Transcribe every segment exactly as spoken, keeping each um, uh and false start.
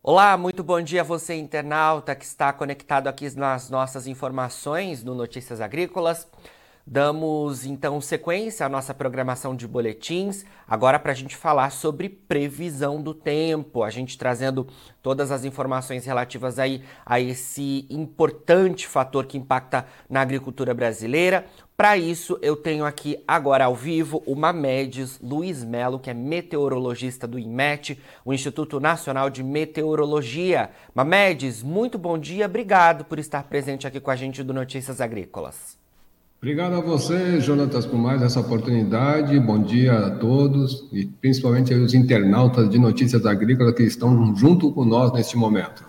Olá, muito bom dia a você, internauta, que está conectado aqui nas nossas informações no Notícias Agrícolas. Damos então sequência à nossa programação de boletins, agora para a gente falar sobre previsão do tempo, a gente trazendo todas as informações relativas aí a esse importante fator que impacta na agricultura brasileira. Para isso, eu tenho aqui agora ao vivo o Mamedes Luiz Melo, que é meteorologista do INMET, o Instituto Nacional de Meteorologia. Mamedes, muito bom dia, obrigado por estar presente aqui com a gente do Notícias Agrícolas. Obrigado a você, Jonatas, por mais essa oportunidade. Bom dia a todos e principalmente os internautas de Notícias Agrícolas que estão junto com nós neste momento.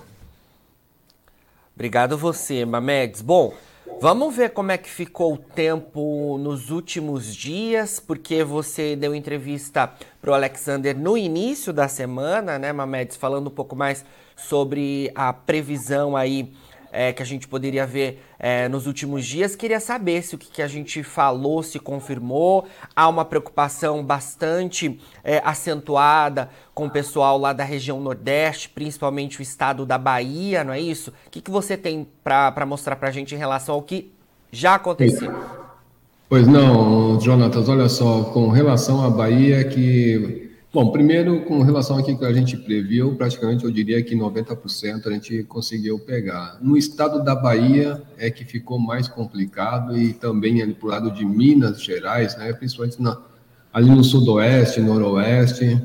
Obrigado você, Mamedes. Bom, vamos ver como é que ficou o tempo nos últimos dias, porque você deu entrevista para o Alexander no início da semana, né, Mamedes, falando um pouco mais sobre a previsão aí é, que a gente poderia ver é, nos últimos dias. Queria saber se o que, que a gente falou se confirmou. Há uma preocupação bastante é, acentuada com o pessoal lá da região Nordeste, principalmente o estado da Bahia, não é isso? O que, que você tem para mostrar para a gente em relação ao que já aconteceu? Pois não, Jonatas, olha só, com relação à Bahia, que, bom, primeiro, com relação aqui que a gente previu, praticamente eu diria que noventa por cento a gente conseguiu pegar. No estado da Bahia é que ficou mais complicado e também ali pro lado de Minas Gerais, né, principalmente na, ali no sudoeste, noroeste,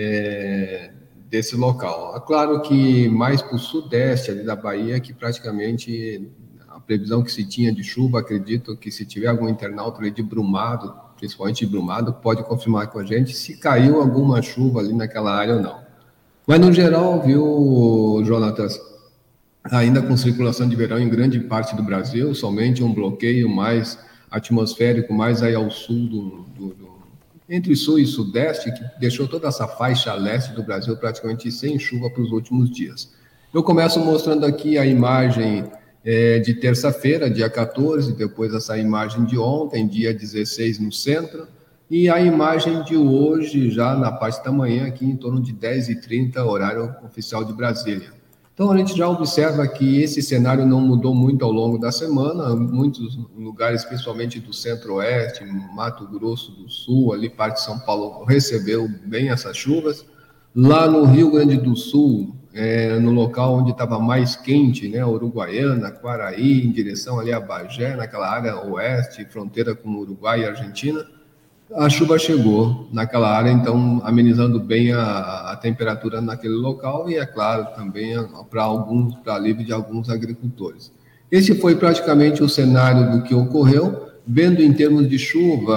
é, desse local. É claro que mais para o sudeste ali da Bahia, que praticamente a previsão que se tinha de chuva, acredito que se tiver algum internauta ali de Brumado, principalmente de Brumado, pode confirmar com a gente se caiu alguma chuva ali naquela área ou não. Mas no geral, viu, Jonatas, ainda com circulação de verão em grande parte do Brasil, somente um bloqueio mais atmosférico, mais aí ao sul do, do, do entre sul e sudeste, que deixou toda essa faixa leste do Brasil praticamente sem chuva para os últimos dias. Eu começo mostrando aqui a imagem é, de terça-feira, dia quatorze, depois essa imagem de ontem, dia dezesseis, no centro, e a imagem de hoje, já na parte da manhã, aqui em torno de dez e trinta, horário oficial de Brasília. Então, a gente já observa que esse cenário não mudou muito ao longo da semana. Muitos lugares, principalmente do centro-oeste, Mato Grosso do Sul, ali parte de São Paulo, recebeu bem essas chuvas. Lá no Rio Grande do Sul, é, no local onde estava mais quente, né, Uruguaiana, Quaraí, em direção ali a Bagé, naquela área oeste, fronteira com Uruguai e Argentina, a chuva chegou naquela área, então amenizando bem a, a temperatura naquele local e, é claro, também para alguns, para alívio de alguns agricultores. Esse foi praticamente o cenário do que ocorreu. Vendo em termos de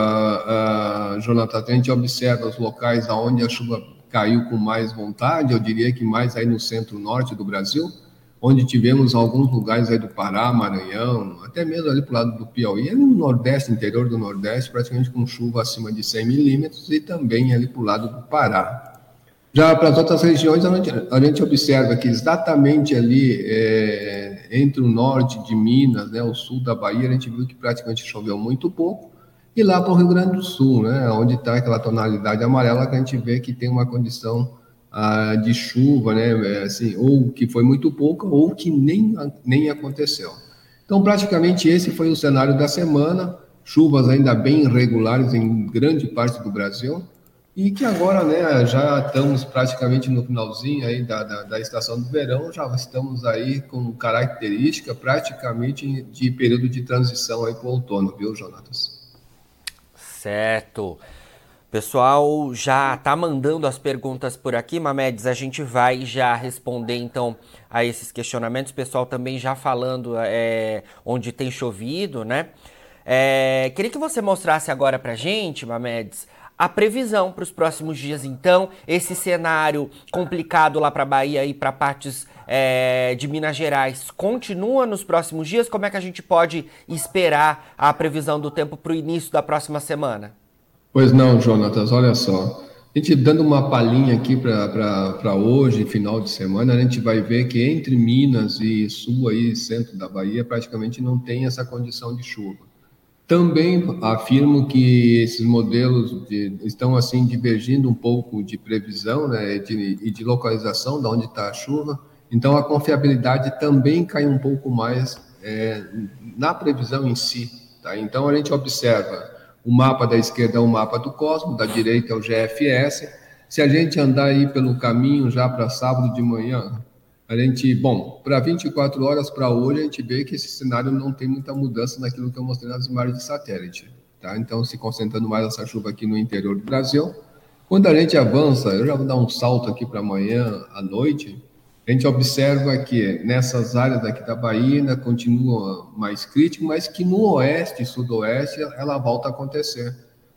chuva, uh, Jonathan, a gente observa os locais onde a chuva caiu com mais vontade, eu diria que mais aí no centro-norte do Brasil, onde tivemos alguns lugares aí do Pará, Maranhão, até mesmo ali para o lado do Piauí, no Nordeste, interior do Nordeste, praticamente com chuva acima de cem milímetros, e também ali para o lado do Pará. Já para as outras regiões, a gente, a gente observa que exatamente ali, é, entre o norte de Minas, né, o sul da Bahia, a gente viu que praticamente choveu muito pouco, e lá para o Rio Grande do Sul, né, onde está aquela tonalidade amarela, que a gente vê que tem uma condição ah, de chuva, né, assim, ou que foi muito pouca, ou que nem, nem aconteceu. Então, praticamente esse foi o cenário da semana, chuvas ainda bem irregulares em grande parte do Brasil, e que agora, né, já estamos praticamente no finalzinho aí da, da, da estação do verão, já estamos aí com característica praticamente de período de transição aí para o outono, viu, Jonatas? Certo. O pessoal já tá mandando as perguntas por aqui, Mamedes. A gente vai já responder então a esses questionamentos. O pessoal também já falando é, onde tem chovido, né? É, queria que você mostrasse agora pra gente, Mamedes, a previsão para os próximos dias, então, esse cenário complicado lá para Bahia e para partes é, de Minas Gerais continua nos próximos dias? Como é que a gente pode esperar a previsão do tempo para o início da próxima semana? Pois não, Jonatas, olha só. A gente dando uma palhinha aqui para hoje, final de semana, a gente vai ver que entre Minas e sul aí, centro da Bahia, praticamente não tem essa condição de chuva. Também afirmo que esses modelos de, estão assim divergindo um pouco de previsão, né, de, e de localização, de onde está a chuva. Então a confiabilidade também cai um pouco mais é, na previsão em si. Tá? Então a gente observa o mapa da esquerda é o mapa do Cosmo, da direita é o G F S. Se a gente andar aí pelo caminho já para sábado de manhã, a gente, bom, para vinte e quatro horas para hoje, a gente vê que esse cenário não tem muita mudança naquilo que eu mostrei nas imagens de satélite. Tá? Então, se concentrando mais essa chuva aqui no interior do Brasil. Quando a gente avança, eu já vou dar um salto aqui para amanhã à noite, a gente observa que nessas áreas aqui da Bahia ainda continua mais crítico, mas que no oeste e sudoeste ela volta a acontecer.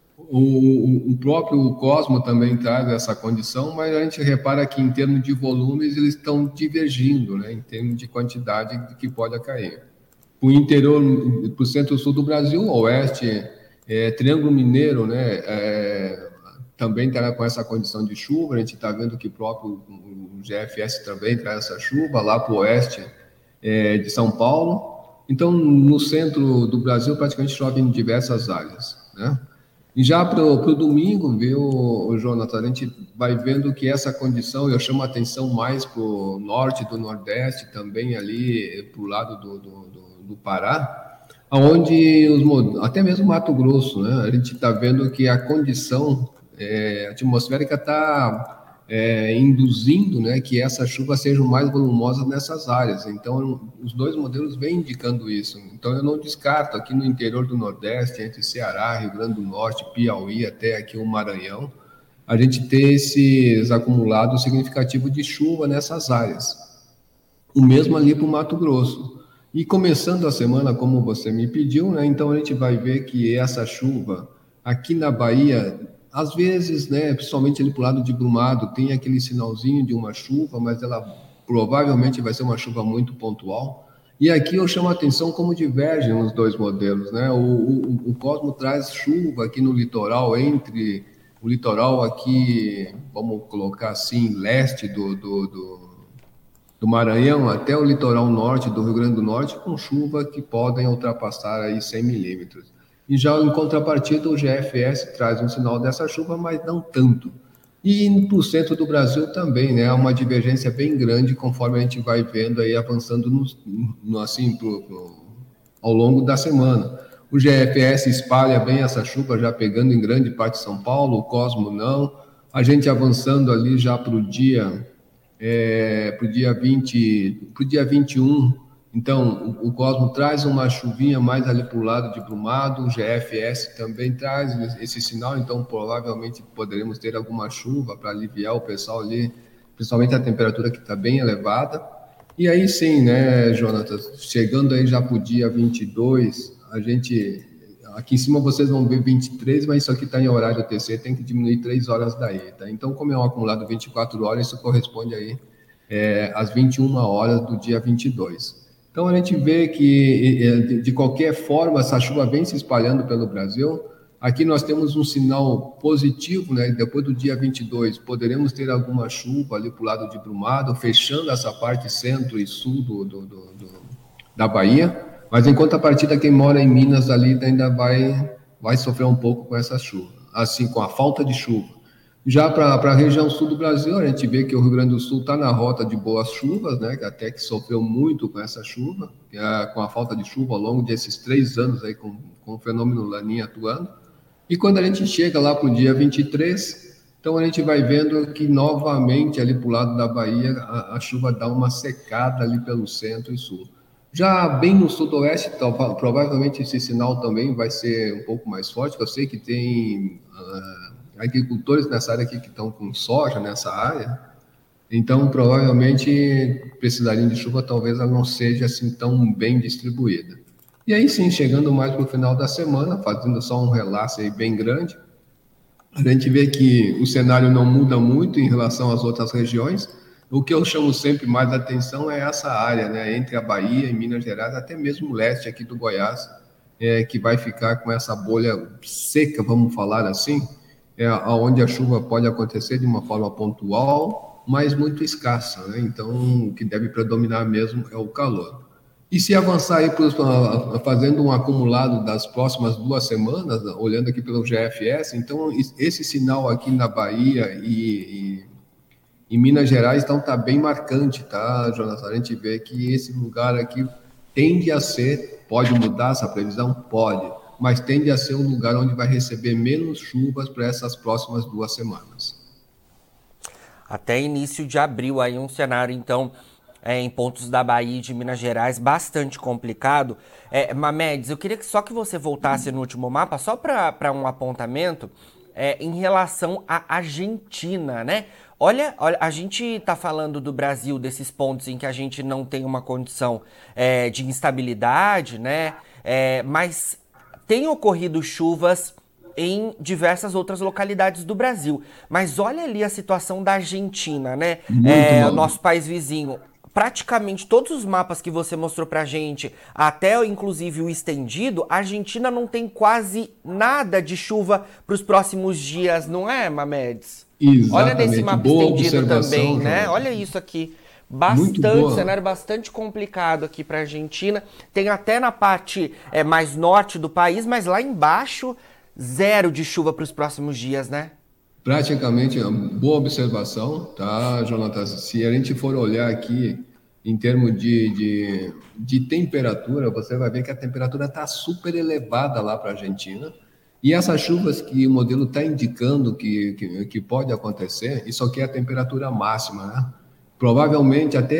O, o próprio Cosmo também traz essa condição, mas a gente repara que em termos de volumes eles estão divergindo, né, em termos de quantidade que pode cair. O interior, para o centro-sul do Brasil, o oeste, é, Triângulo Mineiro, né, é, também está com essa condição de chuva. A gente está vendo que o próprio o G F S também traz essa chuva lá para o oeste é, de São Paulo. Então, no centro do Brasil, praticamente chove em diversas áreas, né? E já para o domingo, viu, Jonathan, a gente vai vendo que essa condição, eu chamo a atenção mais para o norte do Nordeste, também ali para o lado do, do, do, do Pará, onde os, até mesmo Mato Grosso, né, a gente está vendo que a condição é, atmosférica está é, induzindo, né, que essa chuva seja mais volumosa nessas áreas. Então, os dois modelos vêm indicando isso. Então, eu não descarto aqui no interior do Nordeste, entre Ceará, Rio Grande do Norte, Piauí, até aqui o Maranhão, a gente ter esses acumulados significativos de chuva nessas áreas. O mesmo ali para o Mato Grosso. E começando a semana, como você me pediu, né, então a gente vai ver que essa chuva aqui na Bahia, às vezes, né, principalmente ali para o lado de Brumado, tem aquele sinalzinho de uma chuva, mas ela provavelmente vai ser uma chuva muito pontual. E aqui eu chamo a atenção como divergem os dois modelos, né? O, o, o Cosmo traz chuva aqui no litoral, entre o litoral aqui, vamos colocar assim, leste do, do, do, do Maranhão até o litoral norte do Rio Grande do Norte, com chuva que podem ultrapassar aí cem milímetros. E já em contrapartida, o G F S traz um sinal dessa chuva, mas não tanto. E para o centro do Brasil também, né? Há uma divergência bem grande conforme a gente vai vendo aí, avançando no, no, assim, pro, pro, ao longo da semana. O G F S espalha bem essa chuva, já pegando em grande parte de São Paulo, o Cosmo não. A gente avançando ali já para o dia, é, pro dia vinte, pro dia vinte e um. Então, o, o Cosmo traz uma chuvinha mais ali para o lado de Brumado, o G F S também traz esse sinal, então provavelmente poderemos ter alguma chuva para aliviar o pessoal ali, principalmente a temperatura que está bem elevada. E aí sim, né, Jonathan, chegando aí já para o dia vinte e dois, a gente, aqui em cima vocês vão ver vinte e três, mas isso aqui está em horário T C, tem que diminuir três horas daí, tá? Então, como é um acumulado vinte e quatro horas, isso corresponde aí é, às vinte e uma horas do dia vinte e dois. Então, a gente vê que, de qualquer forma, essa chuva vem se espalhando pelo Brasil. Aqui nós temos um sinal positivo, né? Depois do dia vinte e dois, poderemos ter alguma chuva ali para o lado de Brumado, fechando essa parte centro e sul do, do, do, do, da Bahia. Mas, em contrapartida, quem mora em Minas ali ainda vai, vai sofrer um pouco com essa chuva, assim, com a falta de chuva. Já para a região sul do Brasil, a gente vê que o Rio Grande do Sul está na rota de boas chuvas, né? Até que sofreu muito com essa chuva, com a falta de chuva ao longo desses três anos aí com, com o fenômeno Laninha atuando. E quando a gente chega lá para o dia vinte e três, então a gente vai vendo que novamente ali para o lado da Bahia a, a chuva dá uma secada ali pelo centro e sul. Já bem no sudoeste, então, provavelmente esse sinal também vai ser um pouco mais forte, eu sei que tem Uh, agricultores nessa área aqui que estão com soja nessa área, então provavelmente precisariam de chuva, talvez ela não seja assim tão bem distribuída. E aí sim, chegando mais para o final da semana, fazendo só um relaxe aí bem grande, a gente vê que o cenário não muda muito em relação às outras regiões. O que eu chamo sempre mais atenção é essa área, né, entre a Bahia e Minas Gerais, até mesmo o leste aqui do Goiás, é, que vai ficar com essa bolha seca, vamos falar assim, é, onde a chuva pode acontecer de uma forma pontual, mas muito escassa, né? Então, o que deve predominar mesmo é o calor. E se avançar aí pros, uh, fazendo um acumulado das próximas duas semanas, olhando aqui pelo G F S, então esse sinal aqui na Bahia e, e em Minas Gerais então está bem marcante, tá, Jonathan? A gente vê que esse lugar aqui tende a ser, pode mudar essa previsão? Pode, mas tende a ser um lugar onde vai receber menos chuvas para essas próximas duas semanas. Até início de abril, aí um cenário, então, é, em pontos da Bahia e de Minas Gerais, bastante complicado. É, Mamedes, eu queria que só que você voltasse no último mapa, só para um apontamento, é, em relação à Argentina, né? Olha, olha, a gente está falando do Brasil, desses pontos em que a gente não tem uma condição é, de instabilidade, né? É, mas tem ocorrido chuvas em diversas outras localidades do Brasil. Mas olha ali a situação da Argentina, né? Muito É, o mal. nosso país vizinho. Praticamente todos os mapas que você mostrou pra gente, até inclusive o estendido, a Argentina não tem quase nada de chuva para os próximos dias, não é, Mamedes? Olha nesse Exatamente. mapa Boa estendido também, observação, né? Jonathan. Olha isso aqui. Muito Bastante, boa. cenário bastante complicado aqui para a Argentina. Tem até na parte é, mais norte do país, mas lá embaixo, zero de chuva para os próximos dias, né? Praticamente, uma boa observação, tá, Jonathan? Se a gente for olhar aqui em termos de, de, de temperatura, você vai ver que a temperatura está super elevada lá para a Argentina. E essas chuvas que o modelo está indicando que, que, que pode acontecer, isso aqui é a temperatura máxima, né? Provavelmente até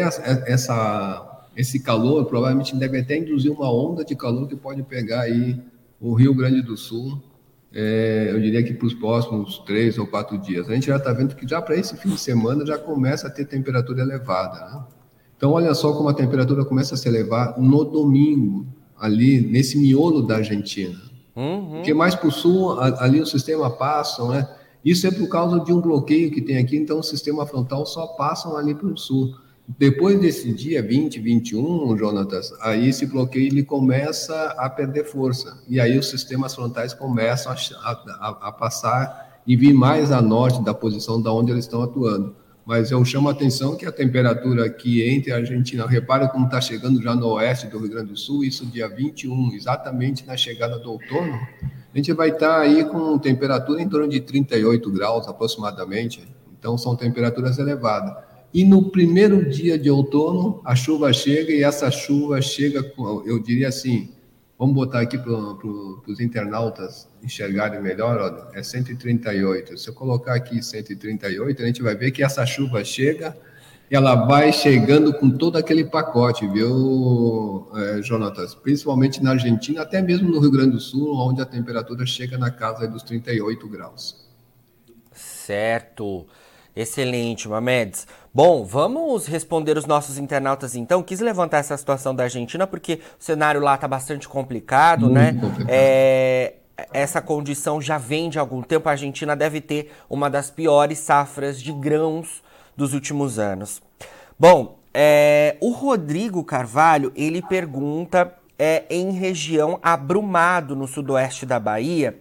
essa, esse calor provavelmente deve até induzir uma onda de calor que pode pegar aí o Rio Grande do Sul, é, eu diria que para os próximos três ou quatro dias. A gente já está vendo que já para esse fim de semana já começa a ter temperatura elevada, né? Então, olha só como a temperatura começa a se elevar no domingo, ali nesse miolo da Argentina. Porque Uhum. mais para o sul, ali o sistema passa, né? Isso é por causa de um bloqueio que tem aqui, então o sistema frontal só passa ali para o sul. Depois desse dia vinte, vinte e um, Jonatas, aí esse bloqueio ele começa a perder força. E aí os sistemas frontais começam a, a, a passar e vir mais a norte da posição da onde eles estão atuando. Mas eu chamo a atenção que a temperatura aqui entre a Argentina, repara como está chegando já no oeste do Rio Grande do Sul, isso dia vinte e um, exatamente na chegada do outono, a gente vai estar tá aí com temperatura em torno de trinta e oito graus aproximadamente, então são temperaturas elevadas. E no primeiro dia de outono, a chuva chega e essa chuva chega, com, eu diria assim, vamos botar aqui para pro, os internautas enxergarem melhor, ó, é cento e trinta e oito. Se eu colocar aqui cento e trinta e oito, a gente vai ver que essa chuva chega, ela vai chegando com todo aquele pacote, viu, é, Jonatas? Principalmente na Argentina, até mesmo no Rio Grande do Sul, onde a temperatura chega na casa dos trinta e oito graus. Certo. Excelente, Mamedes. Bom, vamos responder os nossos internautas então. Quis levantar essa situação da Argentina porque o cenário lá está bastante complicado, Muito né? complicado. É, essa condição já vem de algum tempo. A Argentina deve ter uma das piores safras de grãos dos últimos anos. Bom, é, o Rodrigo Carvalho, ele pergunta é, em região Abrumado, no sudoeste da Bahia,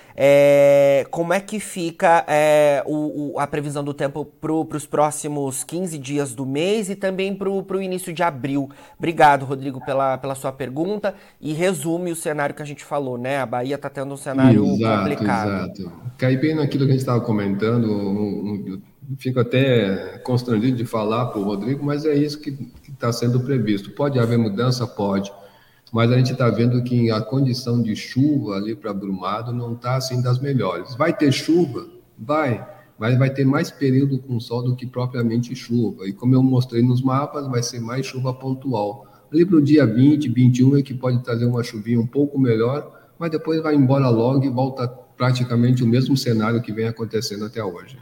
É, como é que fica é, o, o, a previsão do tempo para os próximos quinze dias do mês e também para o início de abril? Obrigado, Rodrigo, pela, pela sua pergunta e resume o cenário que a gente falou, né? A Bahia está tendo um cenário Exato, complicado. exato. Cai bem naquilo que a gente estava comentando, eu fico até constrangido de falar para o Rodrigo, mas é isso que está sendo previsto. Pode haver mudança? Pode. Mas a gente está vendo que a condição de chuva ali para Brumado não está assim das melhores. Vai ter chuva? Vai, mas vai ter mais período com sol do que propriamente chuva. E como eu mostrei nos mapas, vai ser mais chuva pontual. Ali para o dia vinte, vinte e um é que pode trazer uma chuvinha um pouco melhor, mas depois vai embora logo e volta praticamente o mesmo cenário que vem acontecendo até hoje.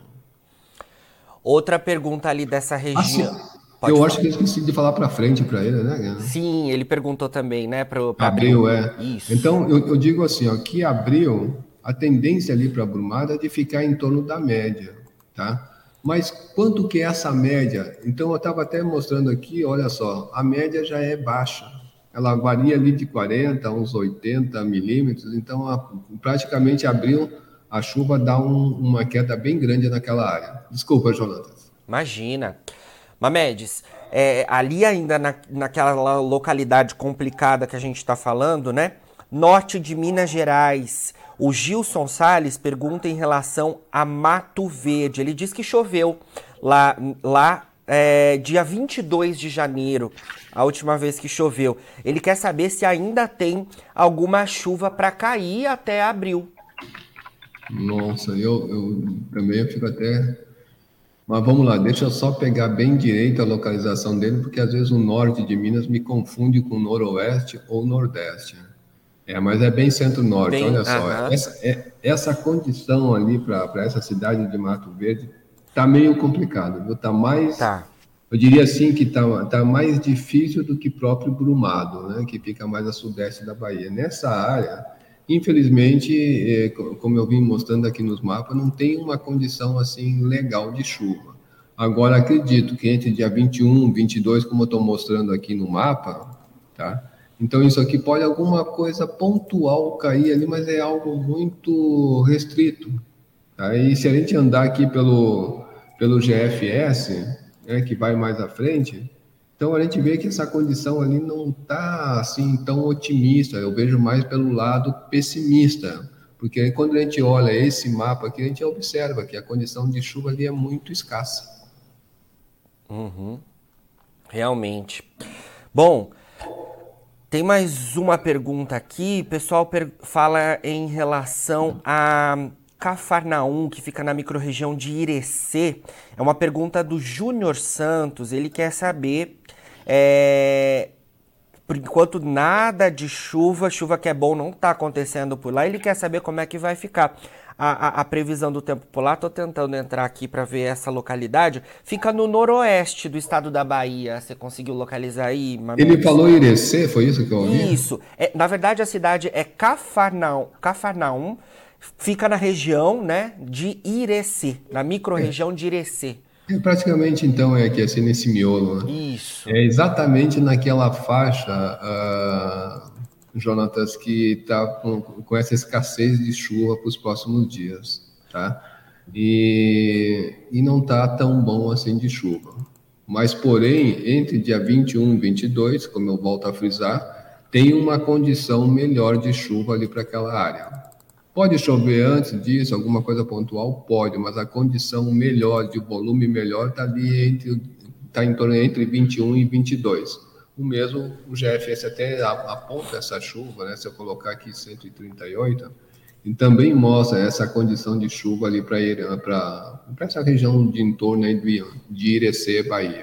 Outra pergunta ali dessa Assim, região. Pode eu acho falar. que eu esqueci de falar para frente para ele, né? Sim, ele perguntou também, né, para abril. Abril, é. Isso. Então, eu, eu digo assim, ó, que abril, a tendência ali para a Brumada é de ficar em torno da média, tá? Mas quanto que é essa média? Então, eu estava até mostrando aqui, olha só, a média já é baixa. Ela varia ali de quarenta a uns oitenta milímetros, então, a, praticamente abril, a chuva dá um, uma queda bem grande naquela área. Desculpa, Jonathan. Imagina. Mamedes, é, ali ainda na, naquela localidade complicada que a gente está falando, né? Norte de Minas Gerais. O Gilson Salles pergunta em relação a Mato Verde. Ele diz que choveu lá, lá é, dia vinte e dois de janeiro, a última vez que choveu. Ele quer saber se ainda tem alguma chuva para cair até abril. Nossa, eu, eu também fico até... Mas vamos lá, deixa eu só pegar bem direito a localização dele, porque às vezes o norte de Minas me confunde com o noroeste ou nordeste. É, mas é bem centro-norte, Bem, olha só. uh-huh. Essa, é, essa condição ali para essa cidade de Mato Verde tá meio complicado, viu? Tá mais... Tá. Eu diria assim que tá, tá mais difícil do que próprio Brumado, né? Que fica mais a sudeste da Bahia. Nessa área... Infelizmente, como eu vim mostrando aqui nos mapas, não tem uma condição assim legal de chuva. Agora, acredito que entre dia vinte e um, vinte e dois, como eu estou mostrando aqui no mapa, tá? Então, isso aqui pode alguma coisa pontual cair ali, mas é algo muito restrito. Tá? E se a gente andar aqui pelo, pelo G F S, né, que vai mais à frente... Então, a gente vê que essa condição ali não está assim tão otimista, eu vejo mais pelo lado pessimista, porque aí, quando a gente olha esse mapa aqui, a gente observa que a condição de chuva ali é muito escassa. Uhum. Realmente. Bom, tem mais uma pergunta aqui, o pessoal per- fala em relação a Cafarnaum, que fica na microrregião de Irecê. É uma pergunta do Júnior Santos, ele quer saber... É, por enquanto nada de chuva, chuva que é bom não está acontecendo por lá, ele quer saber como é que vai ficar a, a, a previsão do tempo por lá. Estou tentando entrar aqui para ver essa localidade, fica no noroeste do estado da Bahia, você conseguiu localizar aí, Mamedes? Ele falou Irecê, foi isso que eu ouvi? Isso, é, na verdade a cidade é Cafarnaum, Cafarnaum, fica na região, né, de Irecê, na microrregião de Irecê. É, praticamente, então, é aqui, assim, nesse miolo, né? Isso. É exatamente naquela faixa, uh, Jonatas, que está com, com essa escassez de chuva para os próximos dias, tá? E, e não está tão bom assim de chuva. Mas, porém, entre dia vinte e um e vinte e dois, como eu volto a frisar, tem uma condição melhor de chuva ali para aquela área. Pode chover antes disso, alguma coisa pontual? Pode, mas a condição melhor, de volume melhor, está ali entre, tá em torno entre vinte e um e vinte e dois. O mesmo, o G F S até aponta essa chuva, né? Se eu colocar aqui cento e trinta e oito, e também mostra essa condição de chuva ali para essa região de entorno aí de, de Irecê, Bahia.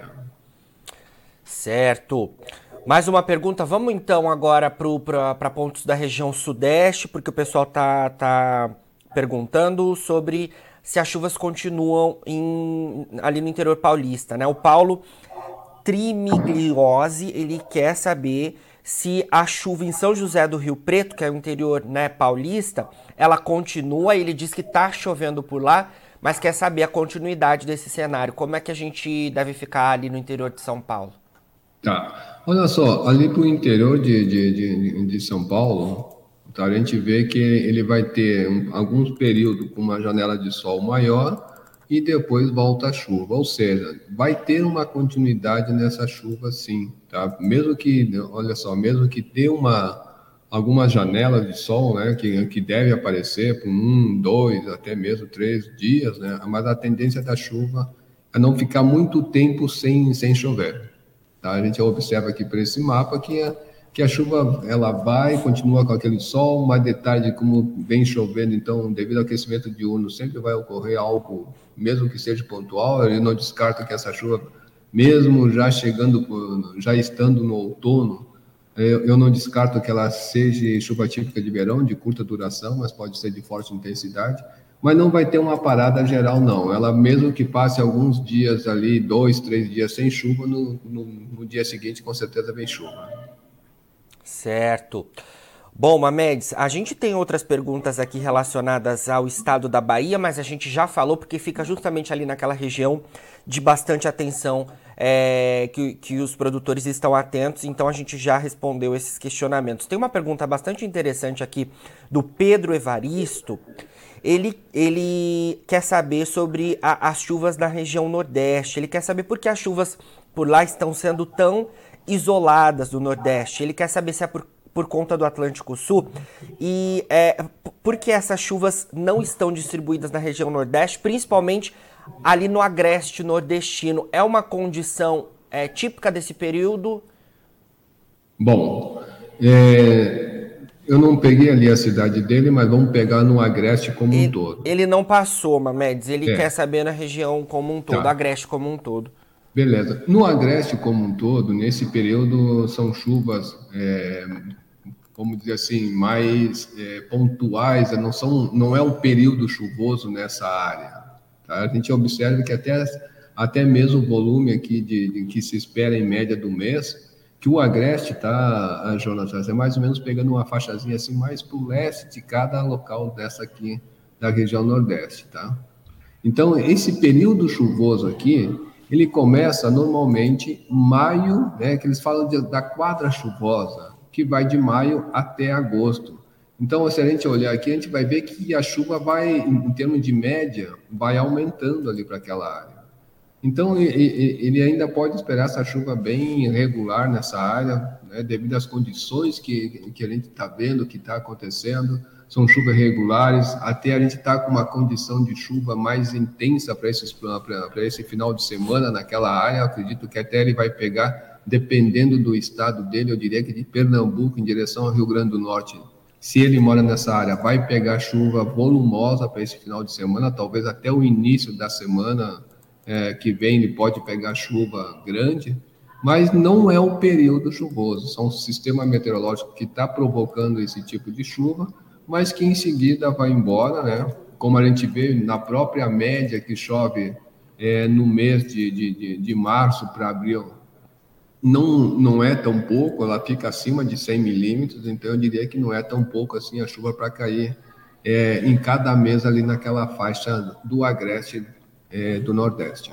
Certo. Mais uma pergunta, vamos então agora para pontos da região sudeste, porque o pessoal tá, tá perguntando sobre se as chuvas continuam em, ali no interior paulista, né? O Paulo Trimigliose, ele quer saber se a chuva em São José do Rio Preto, que é o interior, né, paulista, ela continua. Ele diz que tá chovendo por lá, mas quer saber a continuidade desse cenário. Como é que a gente deve ficar ali no interior de São Paulo? Tá. Olha só, ali para o interior de, de, de, de São Paulo, tá, a gente vê que ele vai ter um, alguns períodos com uma janela de sol maior e depois volta a chuva. Ou seja, vai ter uma continuidade nessa chuva sim, tá? Mesmo que, olha só, mesmo que dê uma, algumas janelas de sol, né, que, que deve aparecer por um, dois, até mesmo três dias, né? Mas a tendência da chuva é não ficar muito tempo sem, sem chover. Tá? A gente observa aqui por esse mapa que a, que a chuva ela vai, continua com aquele sol, mais de tarde, como vem chovendo, então, devido ao aquecimento diurno, sempre vai ocorrer algo, mesmo que seja pontual. Eu não descarto que essa chuva, mesmo já chegando, já estando no outono, eu, eu não descarto que ela seja chuva típica de verão, de curta duração, mas pode ser de forte intensidade. Mas não vai ter uma parada geral, não. Ela, mesmo que passe alguns dias ali, dois, três dias sem chuva, no, no, no dia seguinte, com certeza, vem chuva. Certo. Bom, Mamedes, a gente tem outras perguntas aqui relacionadas ao estado da Bahia, mas a gente já falou porque fica justamente ali naquela região de bastante atenção, é, que, que os produtores estão atentos, então a gente já respondeu esses questionamentos. Tem uma pergunta bastante interessante aqui do Pedro Evaristo. ele, ele quer saber sobre a, as chuvas na região Nordeste. Ele quer saber por que as chuvas por lá estão sendo tão isoladas do Nordeste. Ele quer saber se é por, por conta do Atlântico Sul e é, por que essas chuvas não estão distribuídas na região Nordeste, principalmente ali no agreste nordestino. É uma condição é, típica desse período? Bom, é, eu não peguei ali a cidade dele, mas vamos pegar no agreste como ele, um todo. Ele não passou, Mamedes, ele É. quer saber na região como um todo, Tá. agreste como um todo. Beleza. No agreste como um todo, nesse período são chuvas, é, como dizer assim, mais é, pontuais, não, são, não é um período chuvoso nessa área. Tá? A gente observa que até, até mesmo o volume aqui de, de que se espera em média do mês, que o agreste tá, Jonas, é mais ou menos pegando uma faixazinha assim mais para o leste de cada local dessa aqui da região nordeste, tá? Então, esse período chuvoso aqui, ele começa normalmente maio, né, que eles falam de, da quadra chuvosa, que vai de maio até agosto. Então, se a gente olhar aqui, a gente vai ver que a chuva vai, em termos de média, vai aumentando ali para aquela área. Então, ele ainda pode esperar essa chuva bem regular nessa área, né, devido às condições que, que a gente está vendo, que está acontecendo. São chuvas regulares, até a gente está com uma condição de chuva mais intensa para esse final de semana naquela área. Eu acredito que até ele vai pegar, dependendo do estado dele, eu diria que de Pernambuco em direção ao Rio Grande do Norte. Se ele mora nessa área, vai pegar chuva volumosa para esse final de semana, talvez até o início da semana é, que vem ele pode pegar chuva grande, mas não é o período chuvoso, são um sistema meteorológico que está provocando esse tipo de chuva, mas que em seguida vai embora, né? Como a gente vê na própria média que chove é, no mês de, de, de março para abril, não, não é tão pouco, ela fica acima de cem milímetros, então eu diria que não é tão pouco assim a chuva para cair é, em cada mês ali naquela faixa do agreste é, do Nordeste.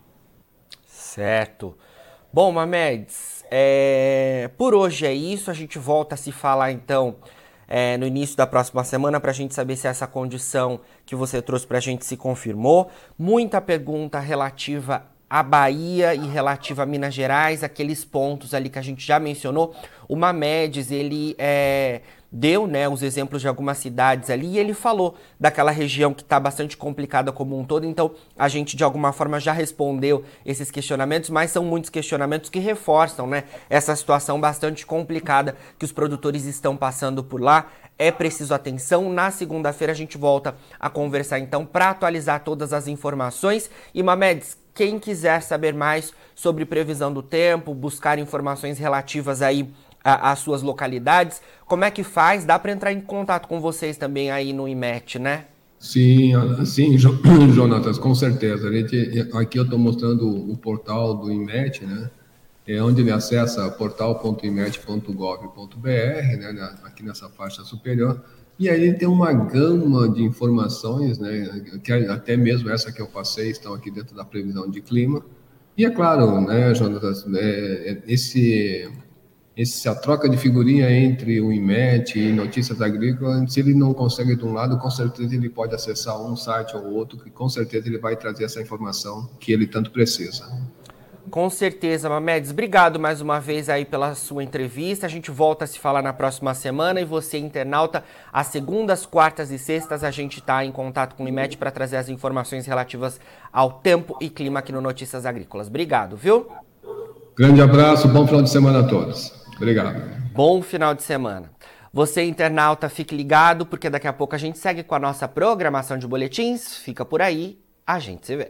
Certo. Bom, Mamedes, é, por hoje é isso, a gente volta a se falar então É, no início da próxima semana para a gente saber se essa condição que você trouxe para a gente se confirmou. Muita pergunta relativa à Bahia e relativa a Minas Gerais, aqueles pontos ali que a gente já mencionou. O Mamedes, ele é, deu né, os exemplos de algumas cidades ali e ele falou daquela região que está bastante complicada como um todo, então a gente de alguma forma já respondeu esses questionamentos, mas são muitos questionamentos que reforçam né, essa situação bastante complicada que os produtores estão passando por lá. É preciso atenção. Na segunda-feira a gente volta a conversar então para atualizar todas as informações. E Mamedes, quem quiser saber mais sobre previsão do tempo, buscar informações relativas aí às suas localidades, como é que faz? Dá para entrar em contato com vocês também aí no IMET, né? Sim, sim, Jonatas, com certeza. A gente, aqui eu estou mostrando o portal do IMET, né? É onde ele acessa portal ponto imet ponto gov ponto br, né, aqui nessa faixa superior, e aí ele tem uma gama de informações, né, que até mesmo essa que eu passei estão aqui dentro da previsão de clima, e é claro, né, Jonas, é, esse, esse, a troca de figurinha entre o IMET e Notícias Agrícolas, se ele não consegue de um lado, com certeza ele pode acessar um site ou outro, que com certeza ele vai trazer essa informação que ele tanto precisa. Com certeza, Mamedes. Obrigado mais uma vez aí pela sua entrevista. A gente volta a se falar na próxima semana e você, internauta, às segundas, quartas e sextas a gente está em contato com o IMET para trazer as informações relativas ao tempo e clima aqui no Notícias Agrícolas. Obrigado, viu? Grande abraço, bom final de semana a todos. Obrigado. Bom final de semana. Você, internauta, fique ligado porque daqui a pouco a gente segue com a nossa programação de boletins. Fica por aí, a gente se vê.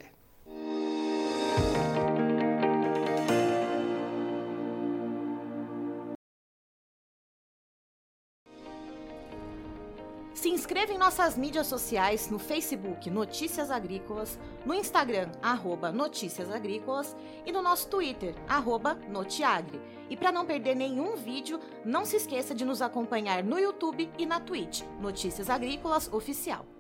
Se inscreva em nossas mídias sociais no Facebook Notícias Agrícolas, no Instagram, arroba Notícias Agrícolas e no nosso Twitter, arroba Notiagre. E para não perder nenhum vídeo, não se esqueça de nos acompanhar no YouTube e na Twitch, Notícias Agrícolas Oficial.